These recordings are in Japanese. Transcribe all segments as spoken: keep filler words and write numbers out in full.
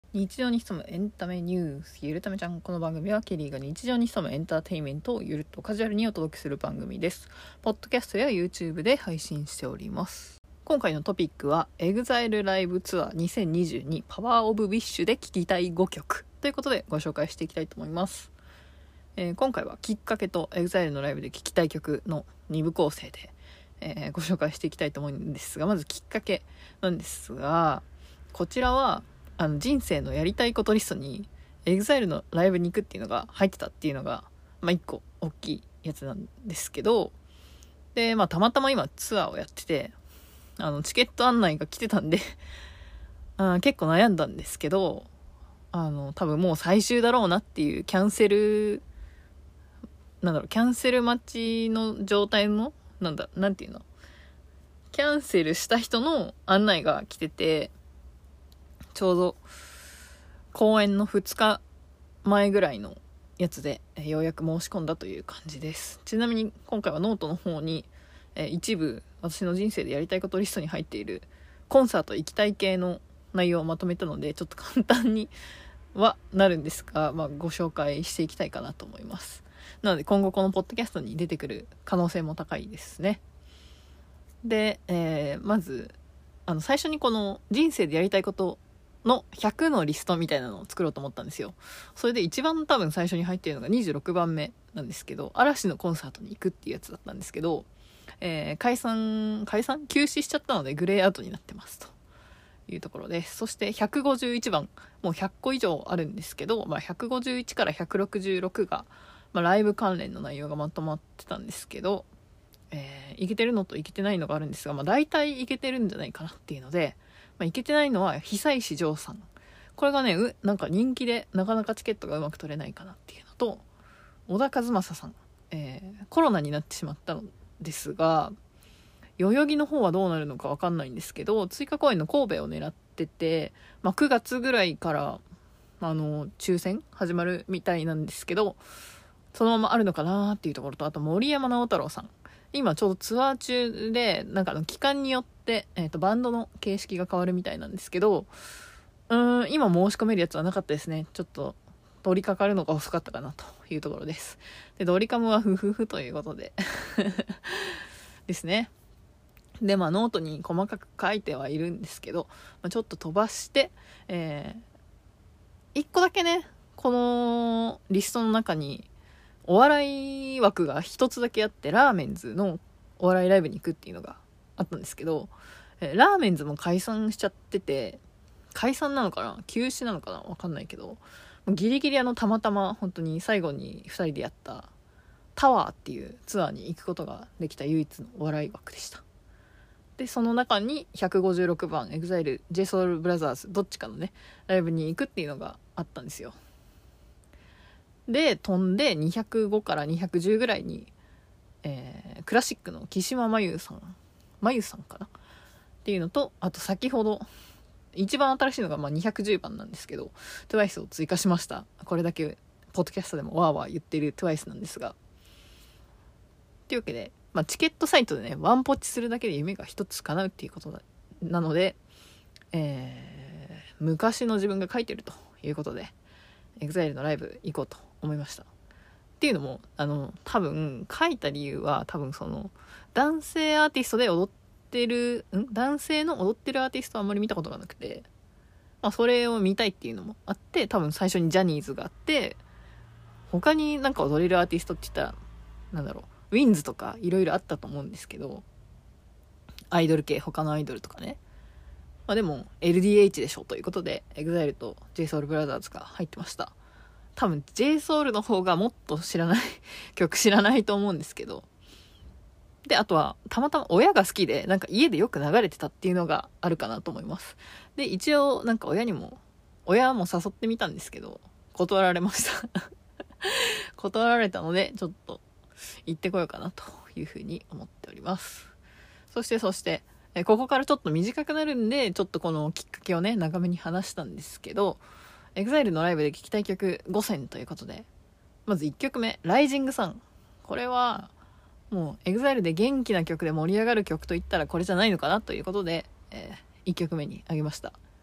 日常に潜むエンタメニュースゆるためちゃん。この番組はケリーが日常に潜むエンターテインメントをゆるっとカジュアルにお届けする番組です。ポッドキャストや YouTube で配信しております。今回のトピックは EXILE ライブツアーにせんにじゅうにパワーオブウィッシュで聴きたいごきょくということでご紹介していきたいと思います。えー、今回はきっかけと EXILE のライブで聴きたい曲のに部構成で、えー、ご紹介していきたいと思うんですが、まずきっかけなんですが、こちらはあの人生のやりたいことリストに EXILE のライブに行くっていうのが入ってたっていうのが、まあ、一個大きいやつなんですけど、で、まあ、たまたま今ツアーをやってて、あのチケット案内が来てたんであ結構悩んだんですけど、あの多分もう最終だろうなっていうキャンセルなんだろうキャンセル待ちの状態のなんだなんていうのキャンセルした人の案内が来てて、ちょうど公演のふつかまえぐらいのやつでようやく申し込んだという感じです。ちなみに今回はノートの方に一部私の人生でやりたいことリストに入っているコンサート行きたい系の内容をまとめたので、ちょっと簡単にはなるんですが、まあ、ご紹介していきたいかなと思います。なので今後このポッドキャストに出てくる可能性も高いですね。で、えー、まずあの最初にこの人生でやりたいことのひゃくのリストみたいなのを作ろうと思ったんですよ。それで一番多分最初に入っているのがにじゅうろくばんめなんですけど、嵐のコンサートに行くっていうやつだったんですけど、えー、解散解散休止しちゃったのでグレーアウトになってますというところです。そしてひゃくごじゅういちばん、もうひゃっこ以上あるんですけど、まあ、ひゃくごじゅういちからひゃくろくじゅうろくが、まあ、ライブ関連の内容がまとまってたんですけど、えー、いけてるのといけてないのがあるんですが、まあ、大体いけてるんじゃないかなっていうので、まあ、いけてないのは久石譲さん。これがね、うなんか人気でなかなかチケットがうまく取れないかなっていうのと、小田和正さん、えー、コロナになってしまったのですが、代々木の方はどうなるのか分かんないんですけど、追加公演の神戸を狙ってて、まあ、くがつぐらいからあの抽選始まるみたいなんですけど、そのままあるのかなっていうところと、あと森山直太朗さん、今ちょうどツアー中で、なんかの期間によって、えーと、バンドの形式が変わるみたいなんですけど、うーん今申し込めるやつはなかったですね。ちょっと取り掛かるのが遅かったかなというところです。で、ドリカムはフフフということでですね。で、まあノートに細かく書いてはいるんですけど、まあ、ちょっと飛ばして、えー、いっこだけね、このリストの中にお笑い枠が一つだけあって、ラーメンズのお笑いライブに行くっていうのがあったんですけど、えラーメンズも解散しちゃってて、解散なのかな休止なのかなわかんないけど、ギリギリあのたまたま本当に最後にふたりでやったタワーっていうツアーに行くことができた唯一のお笑い枠でした。でその中にひゃくごじゅうろくばん EXILE、ジェイソウルブラザーズどっちかのねライブに行くっていうのがあったんですよ。で飛んでにひゃくごからにひゃくじゅうぐらいに、えー、クラシックの木島真優さん真優さんかなっていうのと、あと先ほど一番新しいのがまあにひゃくじゅうばんなんですけど、 トゥワイス を追加しました。これだけポッドキャストでもワーワー言っている トゥワイス なんですが、というわけで、まあ、チケットサイトでねワンポチするだけで夢が一つ叶うっていうことだなので、えー、昔の自分が書いてるということで EXILE のライブ行こうと思いました。っていうのもあの多分書いた理由は、多分その男性アーティストで踊ってるん男性の踊ってるアーティストはあんまり見たことがなくて、まあ、それを見たいっていうのもあって、多分最初にジャニーズがあって、他になんか踊れるアーティストって言ったらなんだろうウィンズとかいろいろあったと思うんですけど、アイドル系他のアイドルとかね、まあ、でも エルディーエイチ でしょということで EXILE と ジェイソウルブラザーズが入ってました。多分 ジェイソウル の方がもっと知らない曲知らないと思うんですけど、であとはたまたま親が好きでなんか家でよく流れてたっていうのがあるかなと思います。で一応なんか親にも親も誘ってみたんですけど断られました断られたのでちょっと行ってこようかなというふうに思っております。そしてそしてえここからちょっと短くなるんで、ちょっとこのきっかけをね長めに話したんですけど、 EXILE のライブで聴きたい曲ごせんということで、まずいっきょくめライジングサン。これはもう EXILE で元気な曲で盛り上がる曲といったらこれじゃないのかなということで、えー、いっきょくめにあげました。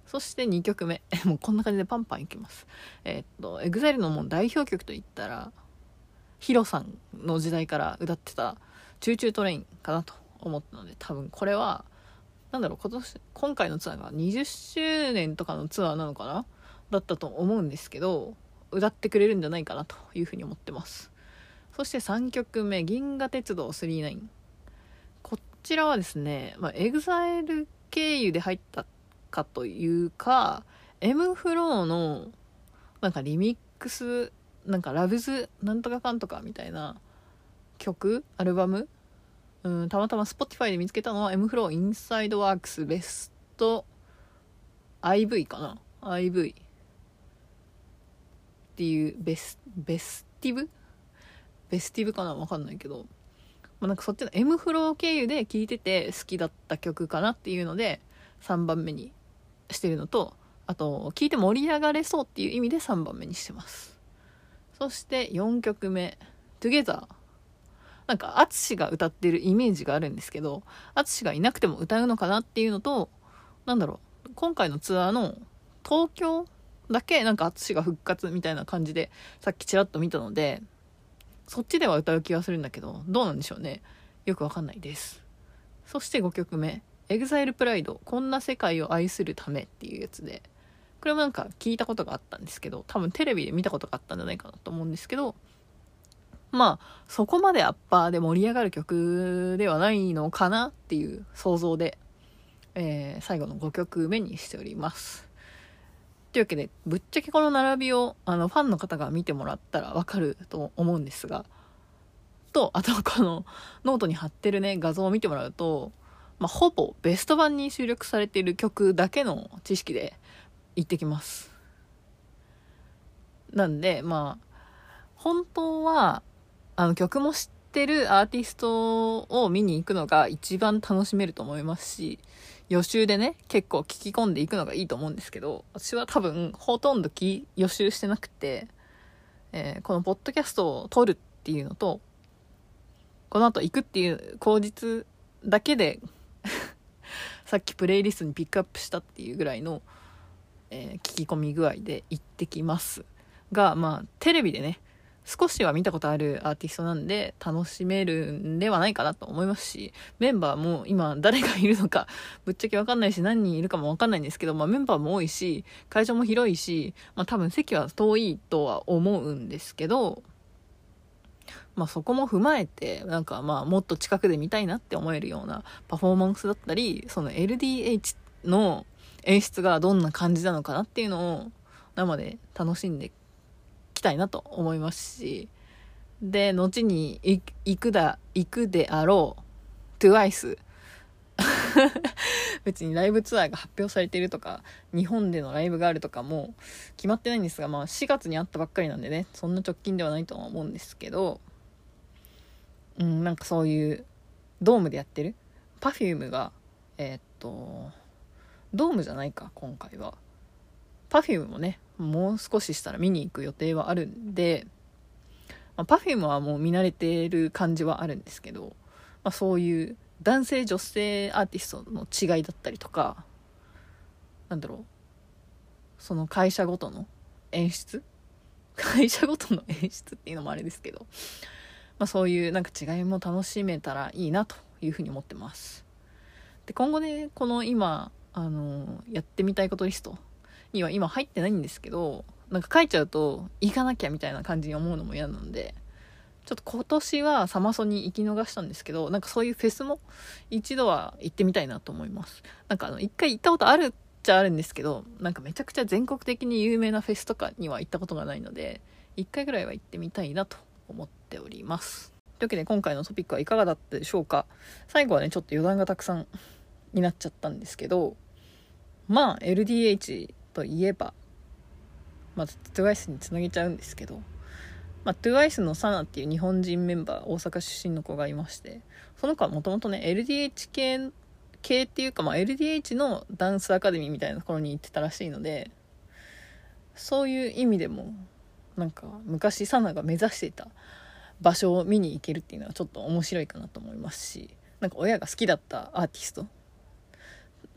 そしてにきょくめもうこんな感じでパンパンいきます。えー、っと エグザイル のもう代表曲といったらヒロさんの時代から歌ってたチューチュートレインかなと思ったので、多分これはなんだろう、今年今回のツアーがにじゅっしゅうねんとかのツアーなのかなだったと思うんですけど、歌ってくれるんじゃないかなというふうに思ってます。そしてさんきょくめ銀河鉄道さんじゅうきゅう、こちらはですね、まあ、エグザイル 経由で入ったかというか M フローのなんかリミックスなんかラブズなんとかかんとかみたいな曲アルバム、うん、たまたま Spotify で見つけたのは M フローインサイドワークスベスト アイブイ かな アイブイ っていうベスベスティブベスティブかなわかんないけど、まあ、なんかそっちの M フロー経由で聴いてて好きだった曲かなっていうのでさんばんめにしてるのと、あと聴いて盛り上がれそうっていう意味でさんばんめにしてます。そしてよんきょくめ Together、 なんかアツシが歌ってるイメージがあるんですけど、アツシがいなくても歌うのかなっていうのと、なんだろう、今回のツアーの東京だけなんかアツシが復活みたいな感じでさっきちらっと見たので、そっちでは歌う気がするんだけどどうなんでしょうね、よくわかんないです。そしてごきょくめ EXILE プライドこんな世界を愛するためっていうやつで、これもなんか聞いたことがあったんですけど、多分テレビで見たことがあったんじゃないかなと思うんですけど、まあそこまでアッパーで盛り上がる曲ではないのかなっていう想像で、えー、最後のごきょくめにしております。というわけでぶっちゃけこの並びをあのファンの方が見てもらったらわかると思うんですが、とあとこのノートに貼ってるね画像を見てもらうと、まあ、ほぼベスト版に収録されている曲だけの知識で行ってきます。なんでまあ本当はあの曲も知ってるアーティストを見に行くのが一番楽しめると思いますし、予習でね結構聞き込んでいくのがいいと思うんですけど、私は多分ほとんどき予習してなくて、えー、このポッドキャストを撮るっていうのとこの後行くっていう口実だけでさっきプレイリストにピックアップしたっていうぐらいの、えー、聞き込み具合で行ってきますが、まあテレビでね少しは見たことあるアーティストなんで楽しめるんではないかなと思いますし、メンバーも今誰がいるのかぶっちゃけ分かんないし何人いるかも分かんないんですけど、まあ、メンバーも多いし会場も広いし、まあ、多分席は遠いとは思うんですけど、まあ、そこも踏まえてなんかまあもっと近くで見たいなって思えるようなパフォーマンスだったり、その エルディーエイチ の演出がどんな感じなのかなっていうのを生で楽しんできたいなと思いますし、で後に行くだ行くであろう トゥワイス 別にライブツアーが発表されているとか日本でのライブがあるとかも決まってないんですが、まあしがつにあったばっかりなんでね、そんな直近ではないとは思うんですけど、うん、なんかそういうドームでやってる Perfume がえー、っとドームじゃないか今回は Perfume もねもう少ししたら見に行く予定はあるんで、まあ、Perfume はもう見慣れてる感じはあるんですけど、まあ、そういう男性女性アーティストの違いだったりとか、なんだろう、その会社ごとの演出会社ごとの演出っていうのもあれですけど、まあ、そういうなんか違いも楽しめたらいいなというふうに思ってます。で今後ねこの今あのやってみたいことリストには今入ってないんですけど、なんか書いちゃうと行かなきゃみたいな感じに思うのも嫌なので、ちょっと今年はサマソに行き逃したんですけど、なんかそういうフェスも一度は行ってみたいなと思います。なんかあの一回行ったことあるっちゃあるんですけど、なんかめちゃくちゃ全国的に有名なフェスとかには行ったことがないので一回ぐらいは行ってみたいなと思っております。というわけで今回のトピックはいかがだったでしょうか。最後はねちょっと余談がたくさんになっちゃったんですけど、まあ エルディーエイチ といえばまず トゥワイス につなげちゃうんですけど、まあ、トゥワイス のサナっていう日本人メンバー大阪出身の子がいまして、その子はもともとね エルディーエイチ 系系っていうか、まあ、エルディーエイチ のダンスアカデミーみたいなところに行ってたらしいので、そういう意味でもなんか昔サナが目指していた場所を見に行けるっていうのはちょっと面白いかなと思いますし、なんか親が好きだったアーティスト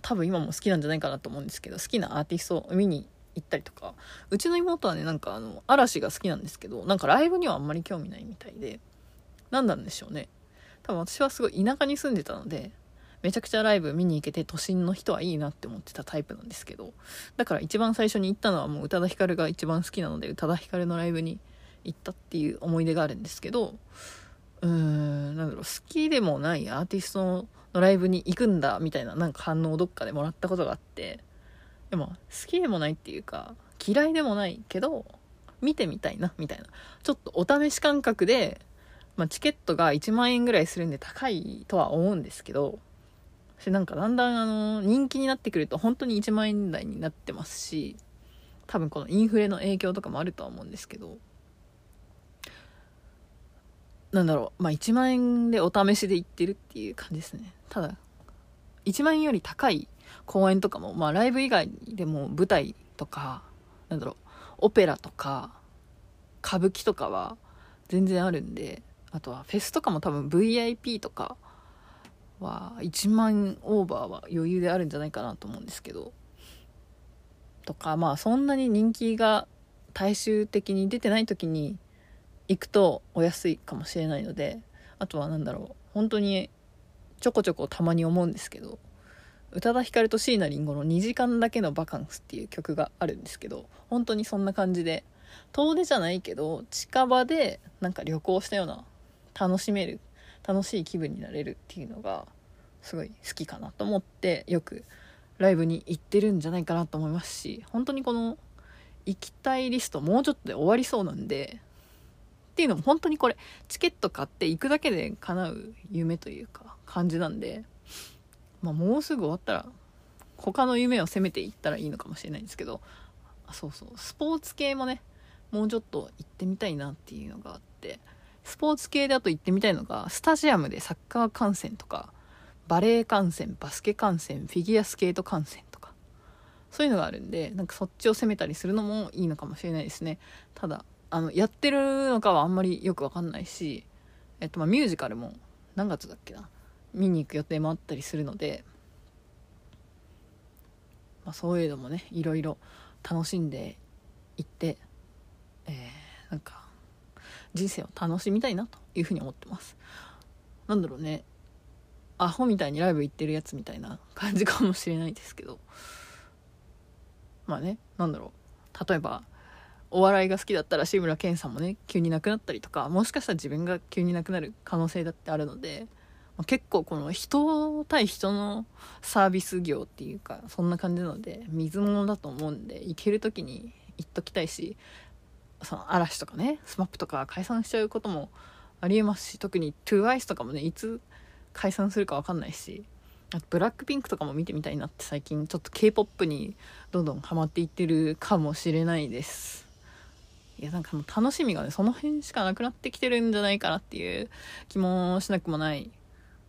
多分今も好きなんじゃないかなと思うんですけど、好きなアーティストを見に行ったりとか、うちの妹はねなんかあの嵐が好きなんですけど、なんかライブにはあんまり興味ないみたいで、なんなんでしょうね。多分私はすごい田舎に住んでたので、めちゃくちゃライブ見に行けて都心の人はいいなって思ってたタイプなんですけど、だから一番最初に行ったのはもう宇多田ヒカルが一番好きなので、宇多田ヒカルのライブに行ったっていう思い出があるんですけど、うーんなんだろう、好きでもないアーティストのライブに行くんだみたいななんか反応をどっかでもらったことがあって、でも好きでもないっていうか嫌いでもないけど見てみたいなみたいな、ちょっとお試し感覚で、まあ、チケットがいちまんえんぐらいするんで高いとは思うんですけど、なんかだんだんあの人気になってくると本当にいちまんえん台になってますし、多分このインフレの影響とかもあるとは思うんですけど、なんだろう、まあいちまんえんでお試しで行ってるっていう感じですね。ただいちまんえんより高い公演とかも、まあライブ以外でも舞台とか、なんだろう、オペラとか歌舞伎とかは全然あるんで、あとはフェスとかも多分 ブイアイピー とかはいちまんオーバーは余裕であるんじゃないかなと思うんですけど、とかまあそんなに人気が大衆的に出てない時に行くとお安いかもしれないので、あとはなんだろう、本当にちょこちょこたまに思うんですけど、宇多田ヒカルと椎名林檎のにじかんだけのバカンスっていう曲があるんですけど、本当にそんな感じで遠出じゃないけど近場でなんか旅行したような、楽しめる楽しい気分になれるっていうのがすごい好きかなと思って、よくライブに行ってるんじゃないかなと思いますし、本当にこの行きたいリストもうちょっとで終わりそうなんで、っていうのも本当にこれチケット買って行くだけで叶う夢というか感じなんで、まあ、もうすぐ終わったら他の夢を攻めていったらいいのかもしれないんですけど、あそうそうスポーツ系もねもうちょっと行ってみたいなっていうのがあって、スポーツ系であと行ってみたいのがスタジアムでサッカー観戦とかバレー観戦、バスケ観戦、フィギュアスケート観戦とかそういうのがあるんで、なんかそっちを攻めたりするのもいいのかもしれないですね。ただあのやってるのかはあんまりよくわかんないし、えっとまあミュージカルも何月だっけな、見に行く予定もあったりするので、まあ、そういうのもねいろいろ楽しんでいって、えー、なんか人生を楽しみたいなというふうに思ってます。なんだろうね、アホみたいにライブ行ってるやつみたいな感じかもしれないですけど、まあね、なんだろう、例えばお笑いが好きだったら志村けんさんもね急に亡くなったりとか、もしかしたら自分が急に亡くなる可能性だってあるので、まあ、結構この人対人のサービス業っていうかそんな感じなので水物だと思うんで、行ける時に行っときたいし、その嵐とかねスマップとか解散しちゃうこともありえますし、特に トゥワイス とかもねいつ解散するか分かんないし、あとブラックピンクとかも見てみたいなって最近ちょっと K-ポップ にどんどんハマっていってるかもしれないです。いやなんかもう楽しみがねその辺しかなくなってきてるんじゃないかなっていう気もしなくもない。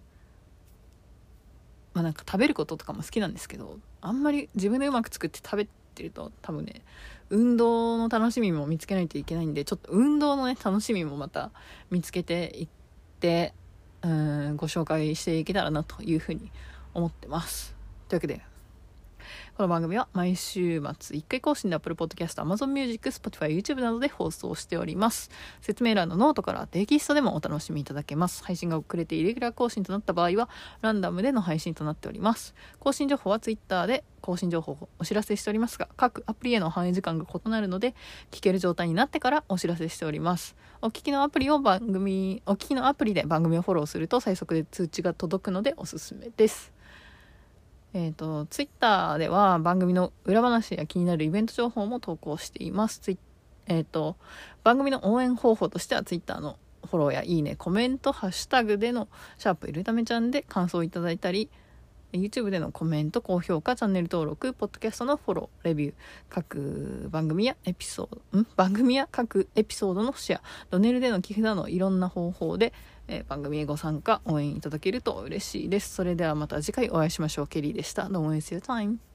まあなんか食べることとかも好きなんですけど、あんまり自分でうまく作って食べてると多分ね運動の楽しみも見つけないといけないんで、ちょっと運動のね楽しみもまた見つけていってうーんご紹介していけたらなというふうに思ってます。というわけでこの番組は毎週末いっかい更新で Apple Podcast、Amazon Music、Spotify、YouTube などで放送しております。説明欄のノートからテキストでもお楽しみいただけます。配信が遅れてイレギュラー更新となった場合はランダムでの配信となっております。更新情報は Twitter で更新情報をお知らせしておりますが、各アプリへの反映時間が異なるので聞ける状態になってからお知らせしております。お聞きのアプリを番組お聞きのアプリで番組をフォローすると最速で通知が届くのでおすすめです。えーと、ツイッターでは番組の裏話や気になるイベント情報も投稿しています。ツイ、えーと、番組の応援方法としてはツイッターのフォローやいいね、コメント、ハッシュタグでのシャープゆるためちゃんで感想をいただいたり、YouTube でのコメント、高評価、チャンネル登録、ポッドキャストのフォロー、レビュー、各番組やエピソード、ん番組や各エピソードのシェア、ドネルでの寄付などいろんな方法で、えー、番組へご参加、応援いただけると嬉しいです。それではまた次回お会いしましょう。ケリーでした。どうも It's your time.